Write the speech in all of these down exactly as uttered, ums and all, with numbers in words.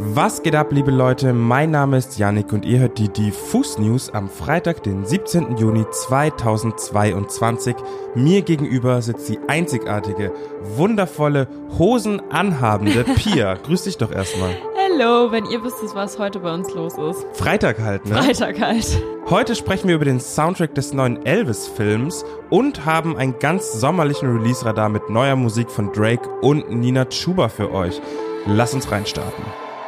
Was geht ab, liebe Leute? Mein Name ist Yannick und ihr hört die Diffus News am Freitag, den siebzehnten Juni zweitausendzweiundzwanzig. Mir gegenüber sitzt die einzigartige, wundervolle, hosenanhabende Pia. Grüß dich doch erstmal. Hallo, wenn ihr wüsstet, was heute bei uns los ist. Freitag halt, ne? Freitag halt. Heute sprechen wir über den Soundtrack des neuen Elvis-Films und haben einen ganz sommerlichen Release-Radar mit neuer Musik von Drake und Nina Chuba für euch. Lass uns reinstarten.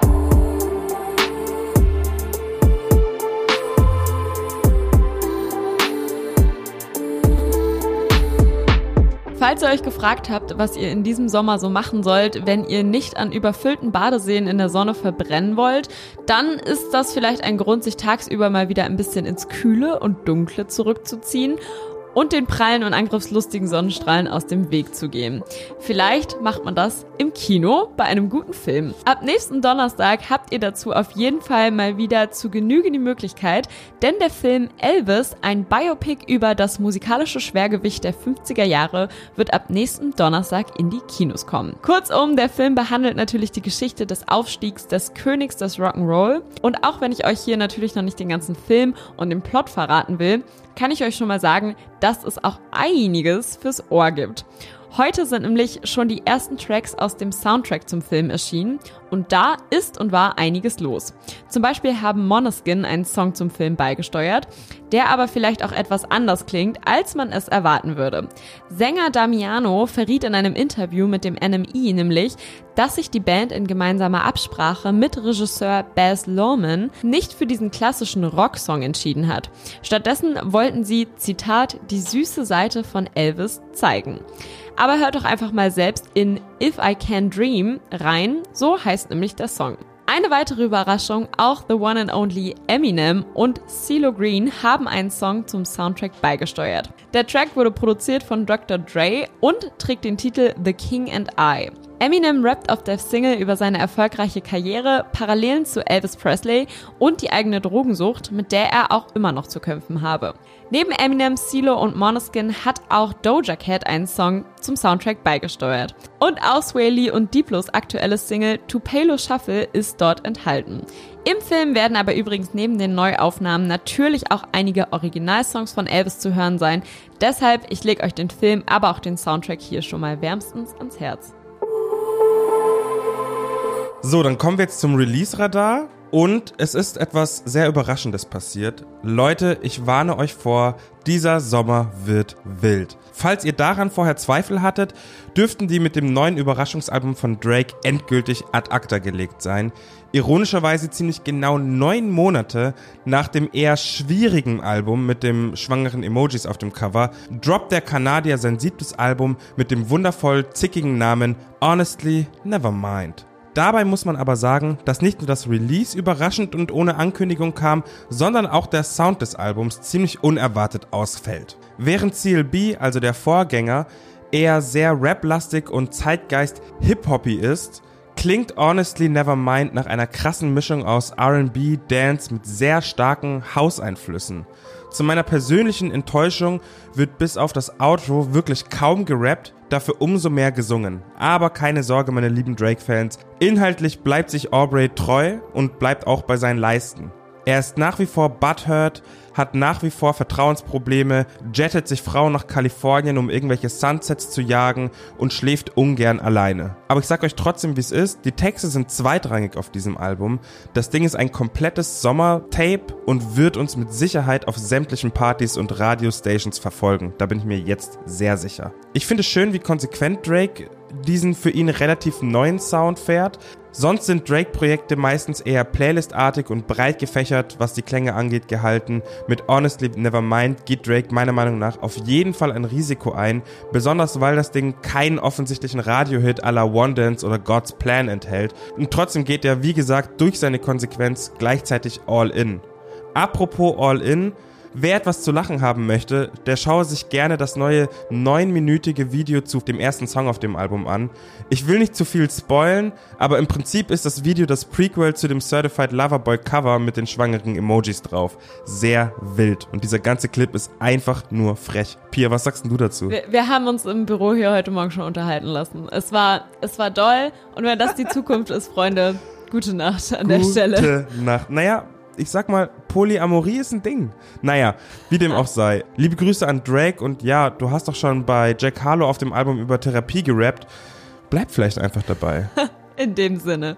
Falls ihr euch gefragt habt, was ihr in diesem Sommer so machen sollt, wenn ihr nicht an überfüllten Badeseen in der Sonne verbrennen wollt, dann ist das vielleicht ein Grund, sich tagsüber mal wieder ein bisschen ins Kühle und Dunkle zurückzuziehen und den prallen und angriffslustigen Sonnenstrahlen aus dem Weg zu gehen. Vielleicht macht man das im Kino bei einem guten Film. Ab nächsten Donnerstag habt ihr dazu auf jeden Fall mal wieder zu Genüge die Möglichkeit, denn der Film Elvis, ein Biopic über das musikalische Schwergewicht der fünfziger Jahre, wird ab nächsten Donnerstag in die Kinos kommen. Kurzum, der Film behandelt natürlich die Geschichte des Aufstiegs des Königs des Rock'n'Roll. Und auch wenn ich euch hier natürlich noch nicht den ganzen Film und den Plot verraten will, kann ich euch schon mal sagen, dass es auch einiges fürs Ohr gibt. Heute sind nämlich schon die ersten Tracks aus dem Soundtrack zum Film erschienen und da ist und war einiges los. Zum Beispiel haben Måneskin einen Song zum Film beigesteuert, der aber vielleicht auch etwas anders klingt, als man es erwarten würde. Sänger Damiano verriet in einem Interview mit dem N M E nämlich, dass sich die Band in gemeinsamer Absprache mit Regisseur Baz Luhrmann nicht für diesen klassischen Rocksong entschieden hat. Stattdessen wollten sie, Zitat, die süße Seite von Elvis zeigen. Aber hört doch einfach mal selbst in If I Can Dream rein, so heißt nämlich der Song. Eine weitere Überraschung, auch The One and Only Eminem und CeeLo Green haben einen Song zum Soundtrack beigesteuert. Der Track wurde produziert von Doktor Dre und trägt den Titel The King and I. Eminem rappt auf der Single über seine erfolgreiche Karriere, Parallelen zu Elvis Presley und die eigene Drogensucht, mit der er auch immer noch zu kämpfen habe. Neben Eminem, CeeLo und Måneskin hat auch Doja Cat einen Song zum Soundtrack beigesteuert. Und auch Swae Lee und Diplos aktuelle Single Tupelo Shuffle ist dort enthalten. Im Film werden aber übrigens neben den Neuaufnahmen natürlich auch einige Originalsongs von Elvis zu hören sein. Deshalb, ich lege euch den Film, aber auch den Soundtrack hier schon mal wärmstens ans Herz. So, dann kommen wir jetzt zum Release-Radar und es ist etwas sehr Überraschendes passiert. Leute, ich warne euch vor, dieser Sommer wird wild. Falls ihr daran vorher Zweifel hattet, dürften die mit dem neuen Überraschungsalbum von Drake endgültig ad acta gelegt sein. Ironischerweise ziemlich genau neun Monate nach dem eher schwierigen Album mit dem schwangeren Emojis auf dem Cover, droppt der Kanadier sein siebtes Album mit dem wundervoll zickigen Namen Honestly Nevermind. Dabei muss man aber sagen, dass nicht nur das Release überraschend und ohne Ankündigung kam, sondern auch der Sound des Albums ziemlich unerwartet ausfällt. Während C L B, also der Vorgänger, eher sehr rap-lastig und Zeitgeist-Hip-Hoppy ist, klingt Honestly Nevermind nach einer krassen Mischung aus R and B, Dance mit sehr starken House-Einflüssen. Zu meiner persönlichen Enttäuschung wird bis auf das Outro wirklich kaum gerappt, dafür umso mehr gesungen. Aber keine Sorge, meine lieben Drake-Fans, inhaltlich bleibt sich Aubrey treu und bleibt auch bei seinen Leisten. Er ist nach wie vor butthurt, hat nach wie vor Vertrauensprobleme, jettet sich Frauen nach Kalifornien, um irgendwelche Sunsets zu jagen und schläft ungern alleine. Aber ich sag euch trotzdem, wie es ist, die Texte sind zweitrangig auf diesem Album. Das Ding ist ein komplettes Sommertape und wird uns mit Sicherheit auf sämtlichen Partys und Radiostations verfolgen. Da bin ich mir jetzt sehr sicher. Ich finde es schön, wie konsequent Drake diesen für ihn relativ neuen Sound fährt. Sonst sind Drake-Projekte meistens eher playlistartig und breit gefächert, was die Klänge angeht, gehalten. Mit Honestly Nevermind geht Drake meiner Meinung nach auf jeden Fall ein Risiko ein, besonders weil das Ding keinen offensichtlichen Radiohit à la One Dance oder God's Plan enthält. Und trotzdem geht er, wie gesagt, durch seine Konsequenz gleichzeitig all in. Apropos all in, wer etwas zu lachen haben möchte, der schaue sich gerne das neue neunminütige Video zu dem ersten Song auf dem Album an. Ich will nicht zu viel spoilen, aber im Prinzip ist das Video das Prequel zu dem Certified Lover Boy Cover mit den schwangeren Emojis drauf. Sehr wild. Und dieser ganze Clip ist einfach nur frech. Pia, was sagst du dazu? Wir, wir haben uns im Büro hier heute Morgen schon unterhalten lassen. Es war, es war doll und wenn das die Zukunft ist, Freunde, Gute Nacht an Gute der Stelle. Gute Nacht. Naja, ich sag mal, Polyamorie ist ein Ding. Naja, wie dem auch sei. Liebe Grüße an Drake und ja, du hast doch schon bei Jack Harlow auf dem Album über Therapie gerappt. Bleib vielleicht einfach dabei. In dem Sinne.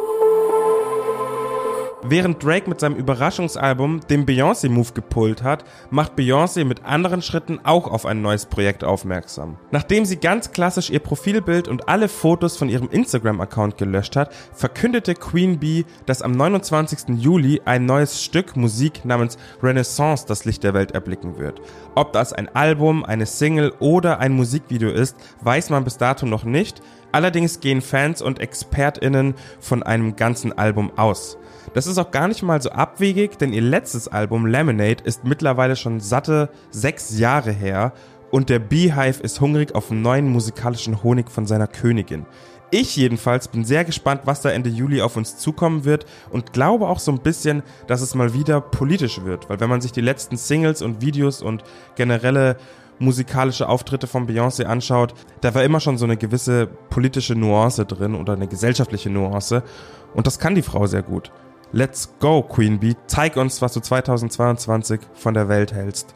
Während Drake mit seinem Überraschungsalbum den Beyoncé-Move gepullt hat, macht Beyoncé mit anderen Schritten auch auf ein neues Projekt aufmerksam. Nachdem sie ganz klassisch ihr Profilbild und alle Fotos von ihrem Instagram-Account gelöscht hat, verkündete Queen Bee, dass am neunundzwanzigsten Juli ein neues Stück Musik namens Renaissance das Licht der Welt erblicken wird. Ob das ein Album, eine Single oder ein Musikvideo ist, weiß man bis dato noch nicht. Allerdings gehen Fans und ExpertInnen von einem ganzen Album aus. Das ist auch gar nicht mal so abwegig, denn ihr letztes Album Lemonade ist mittlerweile schon satte sechs Jahre her und der Beehive ist hungrig auf neuen musikalischen Honig von seiner Königin. Ich jedenfalls bin sehr gespannt, was da Ende Juli auf uns zukommen wird und glaube auch so ein bisschen, dass es mal wieder politisch wird, weil wenn man sich die letzten Singles und Videos und generelle musikalische Auftritte von Beyoncé anschaut, da war immer schon so eine gewisse politische Nuance drin oder eine gesellschaftliche Nuance und das kann die Frau sehr gut. Let's go, Queen Bee. Zeig uns, was du zweitausendzweiundzwanzig von der Welt hältst.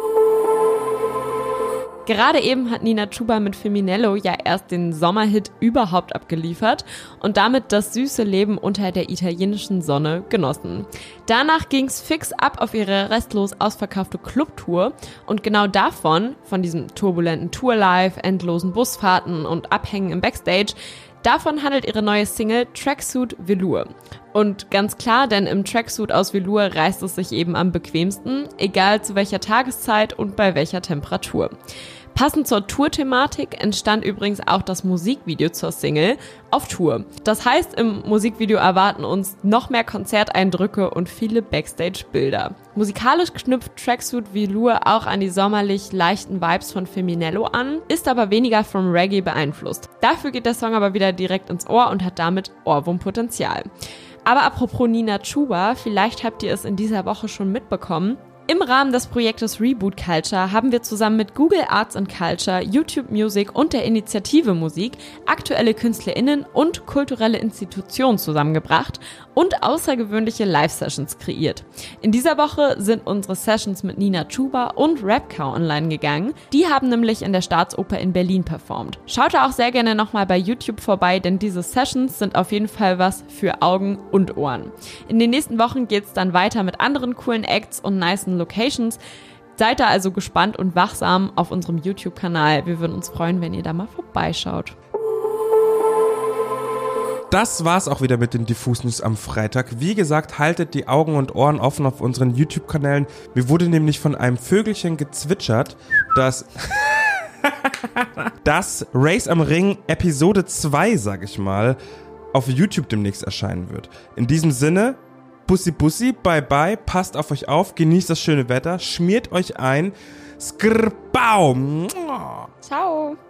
Gerade eben hat Nina Chuba mit Feminello ja erst den Sommerhit überhaupt abgeliefert und damit das süße Leben unter der italienischen Sonne genossen. Danach ging's fix ab auf ihre restlos ausverkaufte Clubtour und genau davon, von diesem turbulenten Tourlife, endlosen Busfahrten und Abhängen im Backstage, davon handelt ihre neue Single Tracksuit Velour. Und ganz klar, denn im Tracksuit aus Velour reißt es sich eben am bequemsten, egal zu welcher Tageszeit und bei welcher Temperatur. Passend zur Tour-Thematik entstand übrigens auch das Musikvideo zur Single auf Tour. Das heißt, im Musikvideo erwarten uns noch mehr Konzerteindrücke und viele Backstage-Bilder. Musikalisch knüpft Tracksuit Velour auch an die sommerlich leichten Vibes von Feminello an, ist aber weniger vom Reggae beeinflusst. Dafür geht der Song aber wieder direkt ins Ohr und hat damit Ohrwurmpotenzial. Aber apropos Nina Chuba, vielleicht habt ihr es in dieser Woche schon mitbekommen. Im Rahmen des Projektes Reboot Culture haben wir zusammen mit Google Arts and Culture, YouTube Music und der Initiative Musik aktuelle KünstlerInnen und kulturelle Institutionen zusammengebracht und außergewöhnliche Live-Sessions kreiert. In dieser Woche sind unsere Sessions mit Nina Chuba und Rapcow online gegangen. Die haben nämlich in der Staatsoper in Berlin performt. Schaut da auch sehr gerne nochmal bei YouTube vorbei, denn diese Sessions sind auf jeden Fall was für Augen und Ohren. In den nächsten Wochen geht's dann weiter mit anderen coolen Acts und nicen Locations. Seid da also gespannt und wachsam auf unserem YouTube-Kanal. Wir würden uns freuen, wenn ihr da mal vorbeischaut. Das war's auch wieder mit den Diffus News am Freitag. Wie gesagt, haltet die Augen und Ohren offen auf unseren YouTube-Kanälen. Mir wurde nämlich von einem Vögelchen gezwitschert, dass dass Race am Ring Episode zwei, sag ich mal, auf YouTube demnächst erscheinen wird. In diesem Sinne, Bussi Bussi, bye bye, passt auf euch auf, genießt das schöne Wetter, schmiert euch ein. Skrrbau. Ciao.